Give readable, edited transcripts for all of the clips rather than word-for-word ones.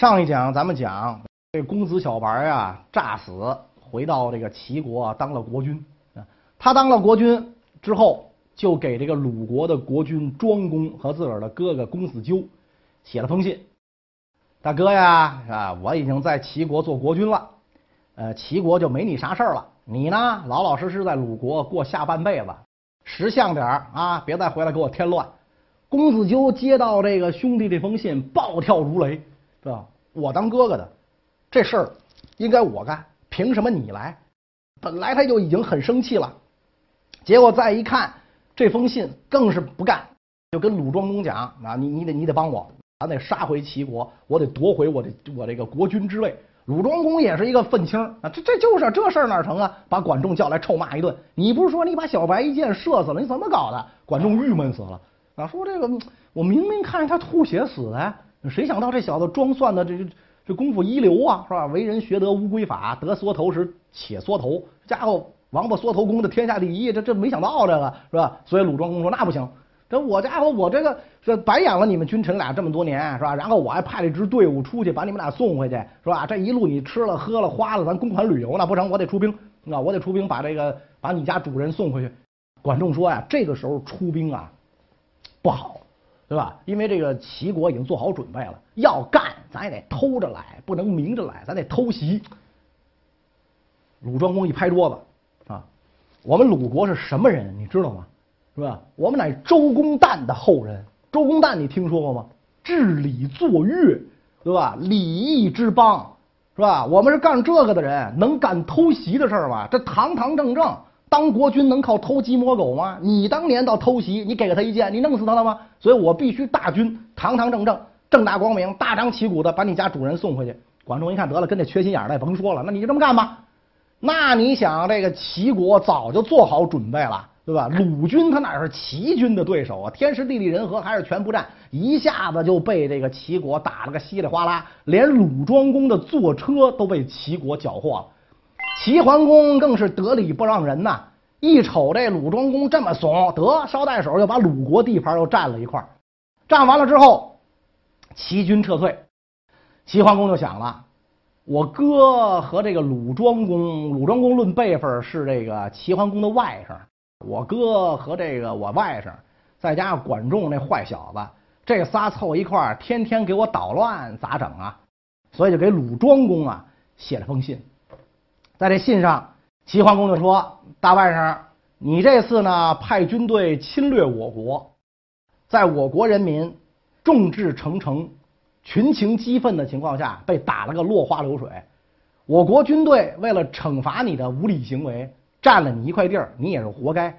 上一讲咱们讲这公子小白啊，诈死回到这个齐国当了国君。他当了国君之后，就给这个鲁国的国君庄公和自个儿的哥哥公子纠写了封信。大哥呀，我已经在齐国做国君了，齐国就没你啥事儿了。你呢，老老实实在鲁国过下半辈子，识相点啊，别再回来给我添乱。公子纠接到这个兄弟这封信，暴跳如雷，是吧？我当哥哥的，这事儿应该我干，凭什么你来？本来他就已经很生气了，结果再一看这封信，更是不干，就跟鲁庄公讲啊，你得帮我，咱得杀回齐国，我得夺回我这个国君之位。鲁庄公也是一个愤青啊，这就是这事儿哪成啊？把管仲叫来臭骂一顿。你不是说你把小白一箭射死了，你怎么搞的？管仲郁闷死了啊，说这个我明明看着他吐血死的呀，谁想到这小子装蒜的这功夫一流啊，是吧？为人学得无规法，得缩头时且缩头，家伙王八缩头功的天下第一，这没想到这个是吧？所以鲁庄公说那不行，这我家伙我这白养了你们君臣俩这么多年是吧？然后我还派了一支队伍出去把你们俩送回去是吧？这一路你吃了喝了花了，咱公款旅游那不成，我得出兵啊，我得出兵把你家主人送回去。管仲说呀，这个时候出兵啊不好。对吧？因为这个齐国已经做好准备了，要干咱也得偷着来，不能明着来，咱得偷袭。鲁庄公一拍桌子啊，我们鲁国是什么人你知道吗？是吧？我们乃周公旦的后人。周公旦你听说过吗？治理作乐，对吧？礼义之邦，是吧？我们是干这个的人，能干偷袭的事儿吗？这堂堂正正当国君能靠偷鸡摸狗吗？你当年到偷袭，你给他一箭，你弄死他了吗？所以我必须大军堂堂正正、正大光明、大张旗鼓的把你家主人送回去。管仲一看得了，跟这缺心眼的也甭说了，那你就这么干吧。那你想，这个齐国早就做好准备了，对吧？鲁军他哪是齐军的对手啊？天时地利人和还是全不占，一下子就被这个齐国打了个稀里哗啦，连鲁庄公的坐车都被齐国缴获了。齐桓公更是得理不让人呐，一瞅这鲁庄公这么怂，得捎带手就把鲁国地盘又占了一块。占完了之后，齐军撤退，齐桓公就想了，我哥和这个鲁庄公论辈分是这个齐桓公的外甥，我哥和这个我外甥，再加上管仲那坏小子，这仨凑一块天天给我捣乱，咋整啊？所以就给鲁庄公啊写了封信。在这信上，齐桓公就说，大外甥，你这次呢派军队侵略我国，在我国人民众志成城、群情激愤的情况下被打了个落花流水，我国军队为了惩罚你的无理行为，占了你一块地儿，你也是活该。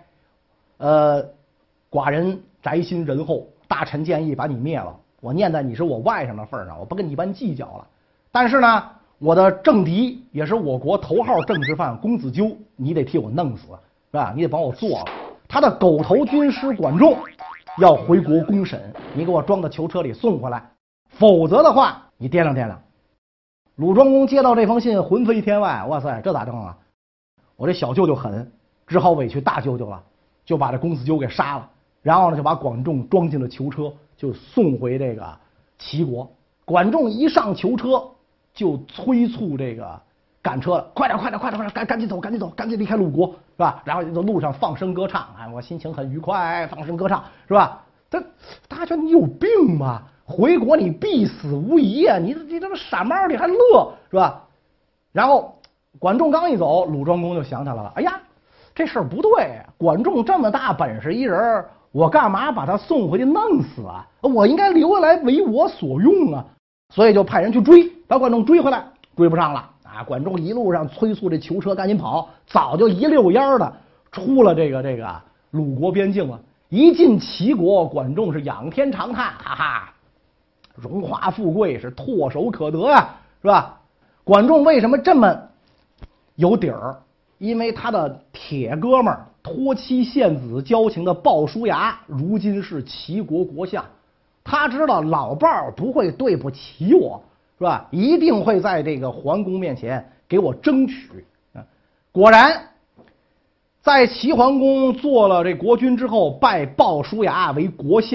寡人宅心仁厚，大臣建议把你灭了。我念在你是我外甥的份上，我不跟你一般计较了。但是呢，我的政敌也是我国头号政治犯公子纠，你得替我弄死，是吧？你得帮我做了。他的狗头军师管仲要回国公审，你给我装到囚车里送回来，否则的话你掂量掂量。鲁庄公接到这封信魂飞天外，哇塞，这咋整啊？我这小舅舅狠，只好委屈大舅舅了，就把这公子纠给杀了，然后呢就把管仲装进了囚车，就送回这个齐国。管仲一上囚车就催促这个赶车了，快点，赶紧走，赶紧离开鲁国，是吧？然后在路上放声歌唱，我心情很愉快，放声歌唱，是吧？大家觉得你有病吗？回国你必死无疑啊！你这么傻猫，你还乐，是吧？然后管仲刚一走，鲁庄公就想起来了，哎呀，这事儿不对，管仲这么大本事一人，我干嘛把他送回去弄死啊？我应该留下来为我所用啊！所以就派人去追，把管仲追回来，追不上了啊！管仲一路上催促这囚车赶紧跑，早就一溜烟的出了这个鲁国边境了。一进齐国，管仲是仰天长叹，哈哈，荣华富贵是唾手可得啊，是吧？管仲为什么这么有底儿？因为他的铁哥们儿托妻献子交情的鲍叔牙，如今是齐国国相。他知道老鲍不会对不起我，是吧？一定会在这个桓公面前给我争取。果然，在齐桓公做了这国君之后，拜鲍叔牙为国相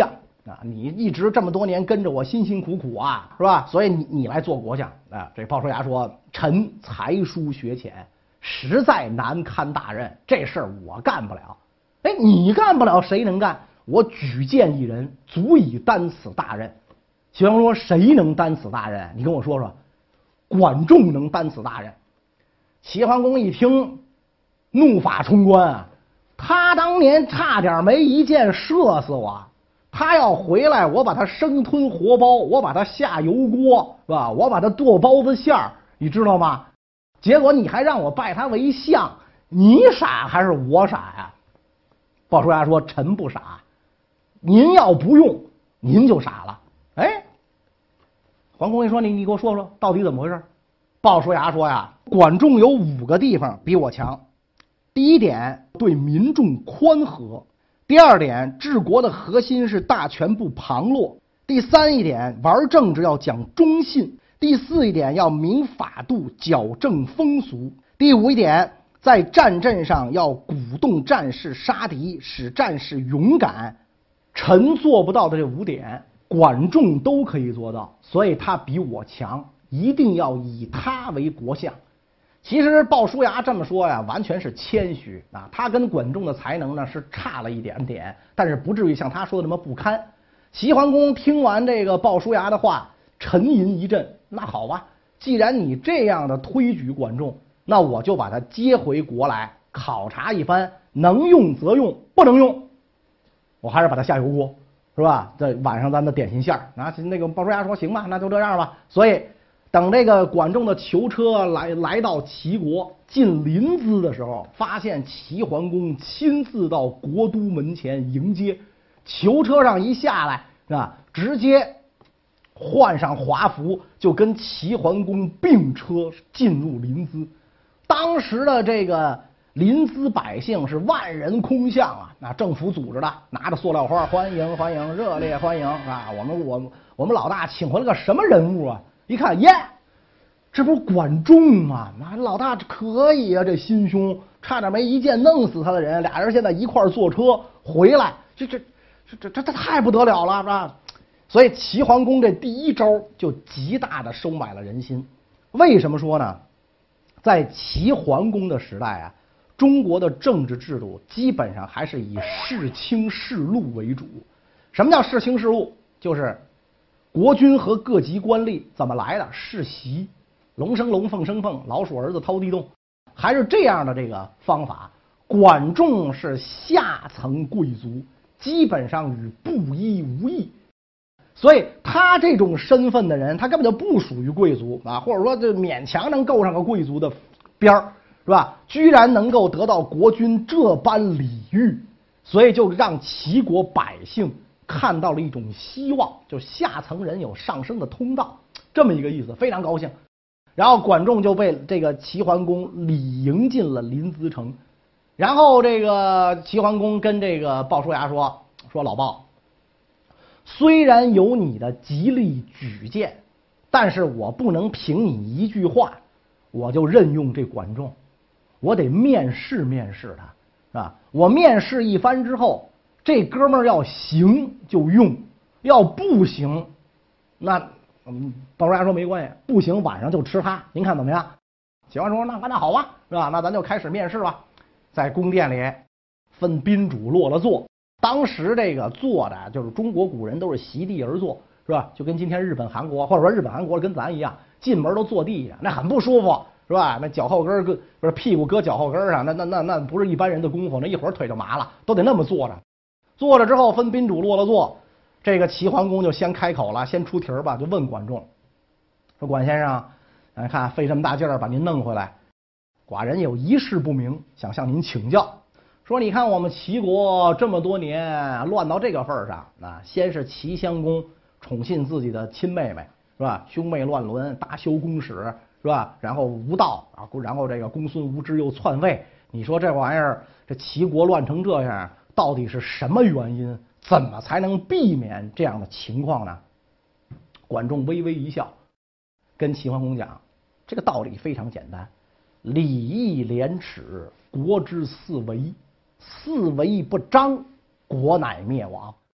啊，你一直这么多年跟着我，辛辛苦苦啊，是吧？所以你来做国相啊。这鲍叔牙说：“臣才疏学浅，实在难堪大任，这事儿我干不了。”哎，你干不了，谁能干？我举荐一人，足以担此大任。齐桓公说：“谁能担此大任？你跟我说说。”管仲能担此大任。齐桓公一听，怒发冲冠啊！他当年差点没一箭射死我，他要回来，我把他生吞活剥，我把他下油锅，是吧？我把他剁包子馅儿，你知道吗？结果你还让我拜他为相，你傻还是我傻呀？鲍叔牙说：“臣不傻，您要不用，您就傻了。”哎，桓公一说：“你给我说说，到底怎么回事？”鲍叔牙说呀：“管仲有5个地方比我强。第一点，对民众宽和；第二点，治国的核心是大权不旁落；第三一点，玩政治要讲忠信；第四一点，要明法度，矫正风俗；第5一点，在战阵上要鼓动战士杀敌，使战士勇敢。臣做不到的这5点，管仲都可以做到，所以他比我强，一定要以他为国相。”其实鲍叔牙这么说呀，完全是谦虚啊。他跟管仲的才能呢是差了一点点，但是不至于像他说的那么不堪。齐桓公听完这个鲍叔牙的话，沉吟一阵。那好吧，既然你这样的推举管仲，那我就把他接回国来考察一番，能用则用，不能用，我还是把他下油锅，是吧？这晚上咱的点心馅儿啊。那个鲍叔牙说：“行吧，那就这样吧。”所以等这个管仲的囚车来到齐国进临淄的时候，发现齐桓公亲自到国都门前迎接。囚车上一下来啊，直接换上华服，就跟齐桓公并车进入临淄。当时的这个临淄百姓是万人空巷啊，那政府组织的拿着塑料花，欢迎欢迎，热烈欢迎啊！我们老大请回了个什么人物啊？一看，耶，这不是管仲吗？那老大可以啊，这心胸，差点没一箭弄死他的人，俩人现在一块坐车回来，这太不得了了，是吧？所以齐桓公这第一招就极大的收买了人心。为什么说呢？在齐桓公的时代啊，中国的政治制度基本上还是以世卿世禄为主。什么叫世卿世禄？就是国君和各级官吏怎么来的？世袭，龙生龙，凤生凤，老鼠儿子掏地洞，还是这样的这个方法。管仲是下层贵族，基本上与布衣无异，所以他这种身份的人，他根本就不属于贵族啊，或者说这勉强能够上个贵族的边儿，是吧？居然能够得到国君这般礼遇，所以就让齐国百姓看到了一种希望，就下层人有上升的通道，这么一个意思，非常高兴。然后管仲就被这个齐桓公礼迎进了临淄城。然后这个齐桓公跟这个鲍叔牙说老鲍，虽然有你的极力举荐，但是我不能凭你一句话我就任用这管仲，我得面试面试他啊。我面试一番之后，这哥们儿要行就用，要不行，那鲍叔牙说没关系，不行晚上就吃他，您看怎么样？齐桓公说那好吧，是吧？那咱就开始面试吧。在宫殿里分宾主落了座，当时这个坐的就是中国古人都是席地而坐，是吧？就跟今天日本韩国，或者说日本韩国跟咱一样，进门都坐地下，那很不舒服，是吧？那脚后跟不是屁股搁脚后跟上，那不是一般人的功夫，那一会儿腿就麻了，都得那么坐着。坐着之后分宾主落了座，这个齐桓公就先开口了，先出题吧，就问管仲说：“管先生，咱看费这么大劲儿把您弄回来，寡人有一事不明，想向您请教。说你看我们齐国这么多年乱到这个份上啊，先是齐襄公宠信自己的亲妹妹，是吧？兄妹乱伦，大修宫室，是吧？然后无道啊，然后这个公孙无知又篡位。你说这玩意儿，这齐国乱成这样，到底是什么原因？怎么才能避免这样的情况呢？”管仲微微一笑，跟齐桓公讲，这个道理非常简单，礼义廉耻，国之四维，四维不张，国乃灭亡。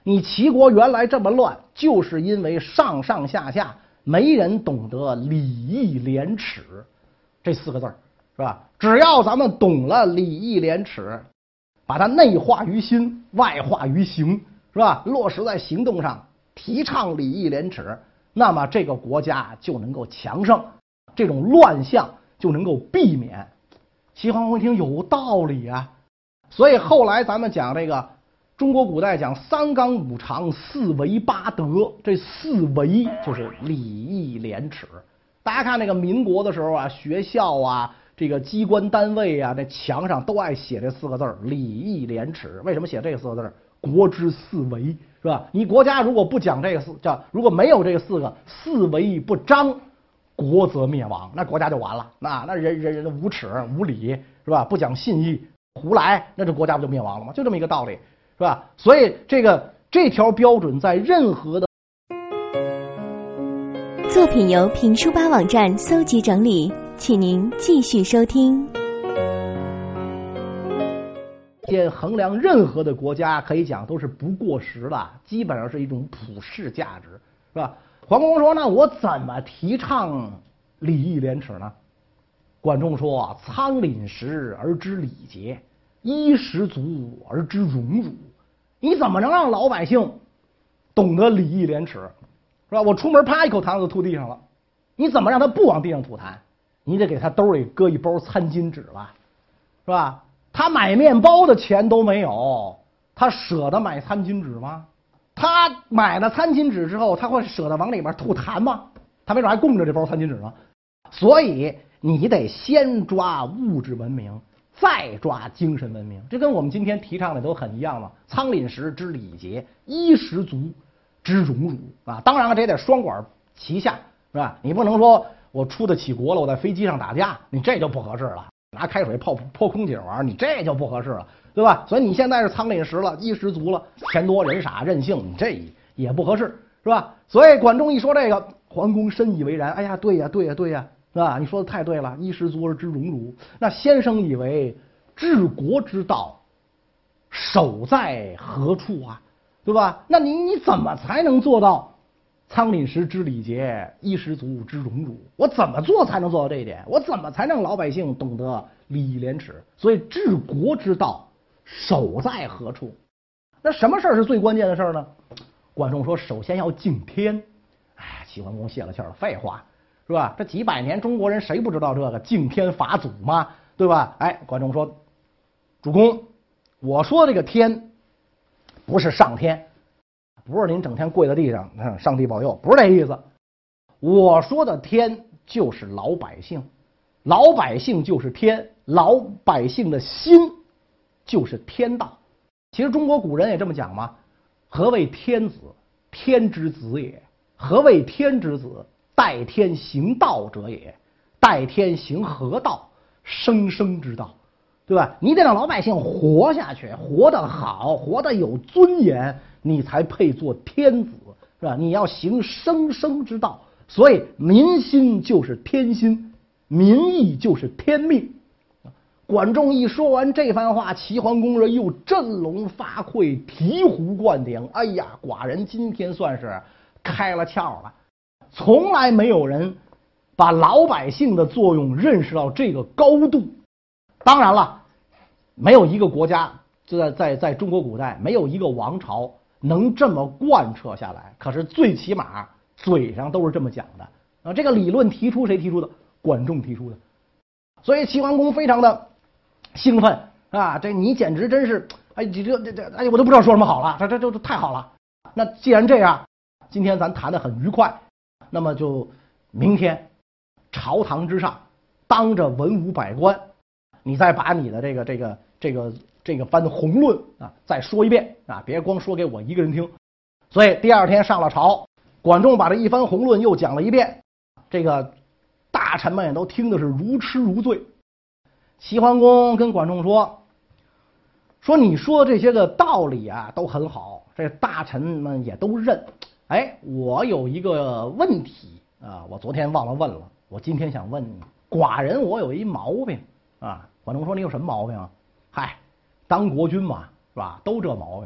你齐国原来这么乱，就是因为上上下下没人懂得礼义廉耻这4个字，是吧？只要咱们懂了礼义廉耻，把它内化于心，外化于行，是吧？落实在行动上，提倡礼义廉耻，那么这个国家就能够强盛，这种乱象就能够避免。齐桓公一听有道理啊，所以后来咱们讲这个中国古代讲3纲5常4维8德，这4维就是礼义廉耻。大家看那个民国的时候啊，学校啊，这个机关单位啊，这墙上都爱写这4个字礼义廉耻。为什么写这4个字？国之4维，是吧？你国家如果不讲这个如果没有这4个4维不张，国则灭亡，那国家就完了。那人无耻无礼，是吧？不讲信义，胡来，那这国家不就灭亡了吗？就这么一个道理，是吧？所以这条标准在任何的作品由评书吧网站搜集整理，请您继续收听。 衡量任何的国家，可以讲都是不过时的，基本上是一种普世价值，是吧？桓公说：“那我怎么提倡礼义廉耻呢？”管仲说：“仓廪实而知礼节，衣食足而知荣辱。”你怎么能让老百姓懂得礼义廉耻，是吧？我出门啪一口痰就吐地上了，你怎么让他不往地上吐痰？你得给他兜里搁一包餐巾纸吧，是吧？他买面包的钱都没有，他舍得买餐巾纸吗？他买了餐巾纸之后，他会舍得往里边吐痰吗？他没准还供着这包餐巾纸呢。所以你得先抓物质文明，再抓精神文明，这跟我们今天提倡的都很一样嘛。仓廪实知礼节，衣食足知荣辱啊。当然了，这也得双管齐下，是吧？你不能说我出得起国了，我在飞机上打架，你这就不合适了。拿开水泼空姐玩，你这就不合适了，对吧？所以你现在是仓廪实了，衣食足了，钱多人傻任性，你这也不合适，是吧？所以管仲一说这个，桓公深以为然。哎呀，对呀，是吧？你说的太对了，衣食足而知荣辱。那先生以为治国之道，守在何处啊？对吧？那你怎么才能做到仓廪实知礼节，衣食足知荣辱？我怎么做才能做到这一点？我怎么才让老百姓懂得礼义廉耻？所以治国之道，守在何处？那什么事儿是最关键的事儿呢？管仲说，首先要敬天。哎，齐桓公泄了气了，废话，是吧？这几百年中国人谁不知道这个敬天法祖吗？对吧？哎，管仲说，主公，我说这个天不是上天，不是您整天跪在地上，上帝保佑，不是这意思。我说的天就是老百姓，老百姓就是天，老百姓的心就是天道。其实中国古人也这么讲嘛，何谓天子？天之子也。何谓天之子？代天行道者也。代天行何道？生生之道，对吧？你得让老百姓活下去，活得好，活得有尊严，你才配做天子，是吧？你要行生生之道，所以民心就是天心，民意就是天命。管仲一说完这番话，齐桓公这又振聋发聩，醍醐灌顶。哎呀，寡人今天算是开了窍了，从来没有人把老百姓的作用认识到这个高度。当然了，没有一个国家，就在中国古代，没有一个王朝能这么贯彻下来。可是最起码嘴上都是这么讲的啊。这个理论提出谁提出的？管仲提出的。所以齐桓公非常的兴奋啊！这你简直真是，哎，哎，我都不知道说什么好了，这太好了。那既然这样，今天咱谈得很愉快，那么就明天朝堂之上，当着文武百官，你再把你的这个番宏论啊再说一遍啊，别光说给我一个人听。所以第二天上了朝，管仲把这一番宏论又讲了一遍，这个大臣们也都听的是如痴如醉。齐桓公跟管仲说你说这些个道理啊都很好，这大臣们也都认。哎，我有一个问题啊，我昨天忘了问了，我今天想问你。寡人我有一毛病啊。管仲说，你有什么毛病啊？嗨，当国君嘛，是吧？都这毛病。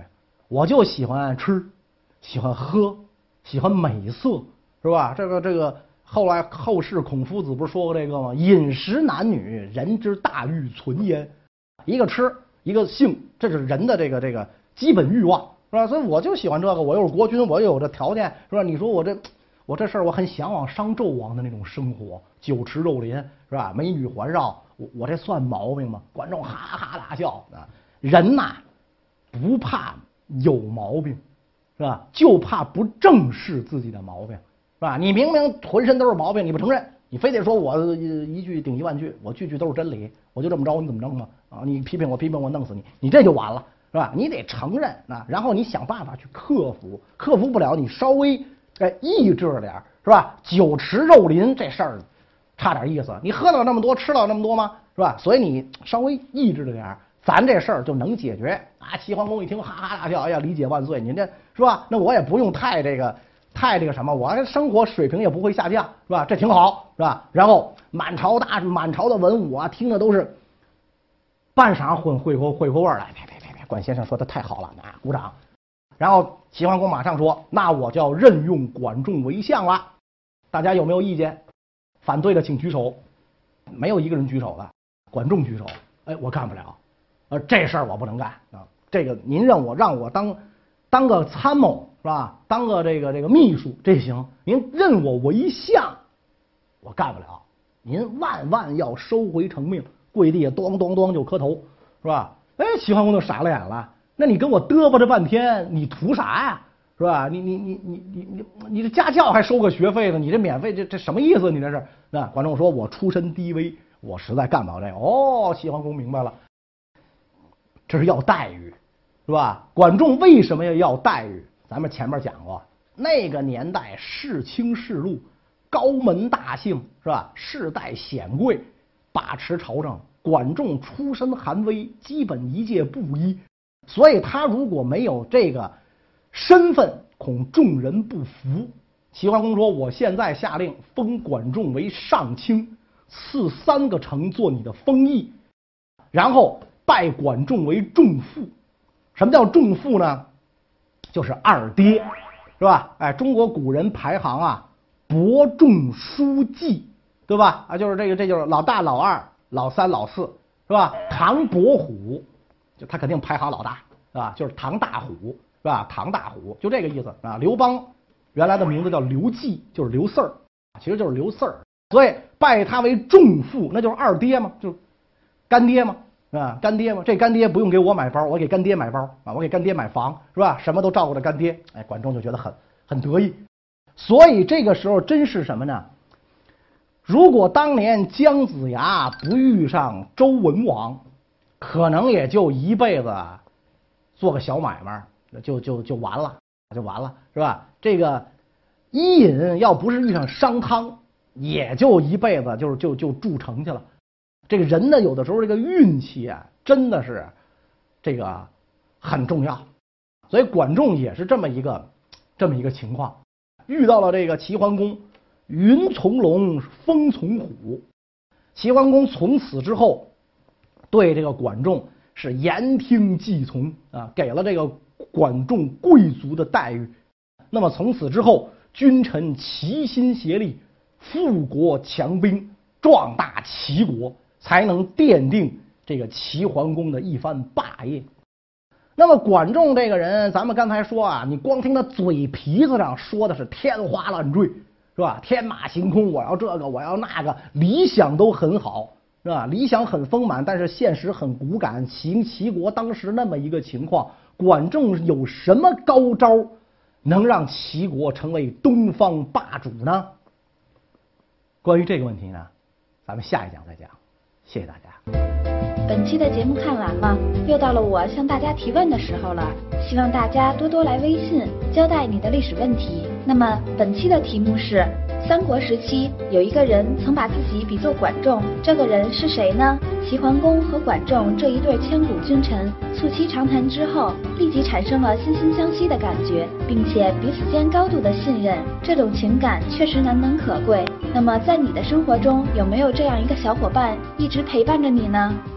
我就喜欢吃，喜欢喝，喜欢美色，是吧？这个后世孔夫子不是说过这个吗？饮食男女，人之大欲存焉。一个吃，一个性，这是人的这个基本欲望，是吧？所以我就喜欢这个，我又是国君，我又有这条件，是吧？你说我这事儿，我很向往商纣王的那种生活，酒池肉林，是吧？美女环绕，我这算毛病吗？观众哈哈大笑啊！人呐，不怕有毛病，是吧？就怕不正视自己的毛病，是吧？你明明浑身都是毛病，你不承认，你非得说我一句顶一万句，我句句都是真理，我就这么着，你怎么弄啊？啊，你批评我，弄死你，你这就完了，是吧？你得承认啊，然后你想办法去克服，克服不了，你稍微抑制点，是吧？酒池肉林这事儿差点意思，你喝到那么多，吃到那么多吗？是吧？所以你稍微抑制着点，咱这事儿就能解决啊！齐桓公一听，哈哈大笑，哎呀，理解万岁！您这是吧？那我也不用太这个什么，我生活水平也不会下降，是吧？这挺好，是吧？然后满朝的文武啊，听的都是半晌会口味来，别，管先生说的太好了，啊，鼓掌。然后齐桓公马上说：“那我就要任用管仲为相了。”大家有没有意见？反对的请举手。没有一个人举手的。管仲举手。哎，我干不了。这事儿我不能干啊。这个您让我当个参谋是吧？当个这个秘书这行。您任我为相，我干不了。您万要收回成命，跪地下咚咚咚就磕头，是吧？哎，齐桓公就傻了眼了。那你跟我嘚啵这半天，你图啥呀？是吧？你这家教还收个学费呢？你这免费这什么意思？你这是？那管仲说：“我出身低微，我实在干不了这个。”哦，齐桓公明白了，这是要待遇，是吧？管仲为什么要待遇？咱们前面讲过，那个年代世卿世禄，高门大姓，是吧？世代显贵，把持朝政。管仲出身寒微，基本一介布衣，所以他如果没有这个身份，恐众人不服。齐桓公说：“我现在下令封管仲为上卿，赐3个城做你的封邑，然后拜管仲为仲父。什么叫仲父呢？就是二爹，是吧？哎，中国古人排行啊，伯仲叔季，对吧？啊，就是这就是老大、老二、老三、老四，是吧？唐伯虎，就他肯定排行老大，是吧？就是唐大虎，是吧？唐大虎就这个意思啊。刘邦原来的名字叫刘季，就是刘四儿，其实就是刘四儿，所以拜他为仲父，那就是二爹嘛，就是干爹嘛，啊，干爹嘛。这干爹不用给我买包，我给干爹买包啊，我给干爹买房，是吧？什么都照顾着干爹。哎，管仲就觉得很得意。所以这个时候真是什么呢？如果当年姜子牙不遇上周文王，可能也就一辈子做个小买卖，就完了，是吧？这个伊尹要不是遇上商汤，也就一辈子就铸成去了。这个人呢，有的时候这个运气啊，真的是这个很重要。所以管仲也是这么一个情况，遇到了这个齐桓公。云从龙，风从虎。齐桓公从此之后对这个管仲是言听计从啊，给了这个管仲贵族的待遇。那么从此之后，君臣齐心协力，富国强兵，壮大齐国，才能奠定这个齐桓公的一番霸业。那么管仲这个人，咱们刚才说啊，你光听他嘴皮子上说的是天花乱坠，是吧？天马行空，我要这个，我要那个，理想都很好，是吧？理想很丰满，但是现实很骨感。齐国当时那么一个情况，管仲有什么高招能让齐国成为东方霸主呢？关于这个问题呢，咱们下一讲再讲。谢谢大家。 本期的节目看完了，又到了我向大家提问的时候了，希望大家多多来微信交代你的历史问题。那么本期的题目是：三国时期有一个人曾把自己比作管仲，这个人是谁呢？齐桓公和管仲这一对千古君臣，促膝长谈之后，立即产生了惺惺相惜的感觉，并且彼此间高度的信任，这种情感确实难能可贵。那么在你的生活中，有没有这样一个小伙伴一直陪伴着你呢？